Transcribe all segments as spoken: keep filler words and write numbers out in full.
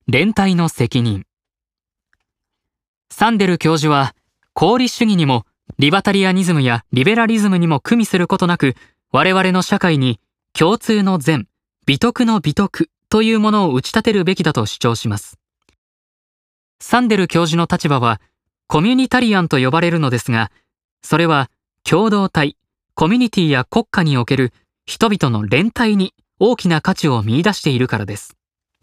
連帯の責任。サンデル教授は、功利主義にもリバタリアニズムやリベラリズムにも組みすることなく、我々の社会に共通の善、美徳の美徳というものを打ち立てるべきだと主張します。サンデル教授の立場は、コミュニタリアンと呼ばれるのですが、それは共同体、コミュニティや国家における人々の連帯に大きな価値を見出しているからです。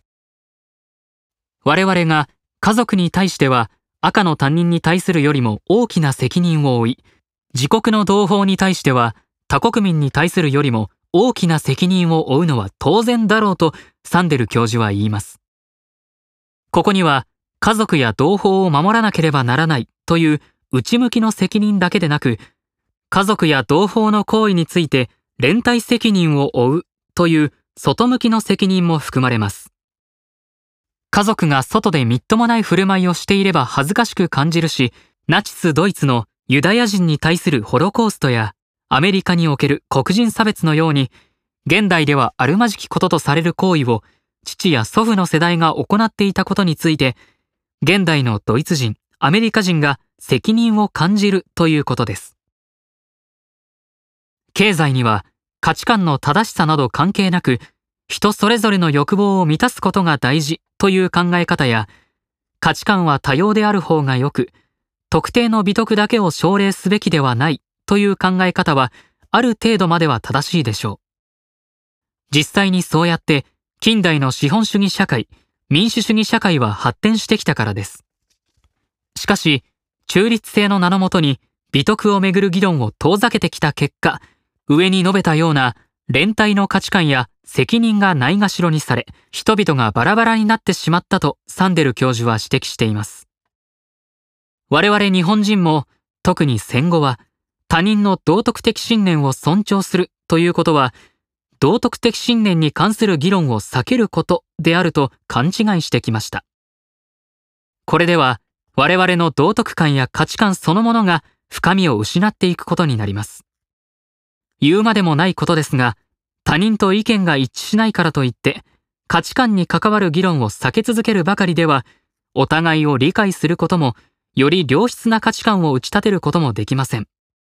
我々が家族に対しては赤の他人に対するよりも大きな責任を負い、自国の同胞に対しては他国民に対するよりも大きな責任を負うのは当然だろうとサンデル教授は言います。ここには家族や同胞を守らなければならないという内向きの責任だけでなく、家族や同胞の行為について連帯責任を負うという外向きの責任も含まれます。家族が外でみっともない振る舞いをしていれば恥ずかしく感じるし、ナチスドイツのユダヤ人に対するホロコーストやアメリカにおける黒人差別のように、現代ではあるまじきこととされる行為を父や祖父の世代が行っていたことについて、現代のドイツ人、アメリカ人が責任を感じるということです。経済には価値観の正しさなど関係なく、人それぞれの欲望を満たすことが大事という考え方や、価値観は多様である方がよく、特定の美徳だけを奨励すべきではないという考え方は、ある程度までは正しいでしょう。実際にそうやって近代の資本主義社会、民主主義社会は発展してきたからです。しかし、中立性の名のもとに美徳をめぐる議論を遠ざけてきた結果、上に述べたような連帯の価値観や責任がないがしろにされ、人々がバラバラになってしまったとサンデル教授は指摘しています。我々日本人も特に戦後は他人の道徳的信念を尊重するということは、道徳的信念に関する議論を避けることであると勘違いしてきました。これでは我々の道徳観や価値観そのものが深みを失っていくことになります。言うまでもないことですが、他人と意見が一致しないからといって価値観に関わる議論を避け続けるばかりでは、お互いを理解することもより良質な価値観を打ち立てることもできません。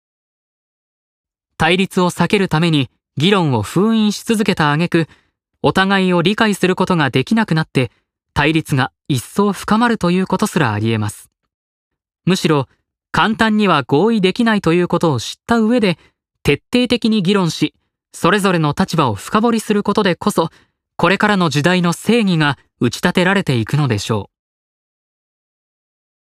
対立を避けるために議論を封印し続けた挙句、お互いを理解することができなくなって対立が一層深まるということすらあり得ます。むしろ簡単には合意できないということを知った上で徹底的に議論し、それぞれの立場を深掘りすることでこそ、これからの時代の正義が打ち立てられていくのでしょう。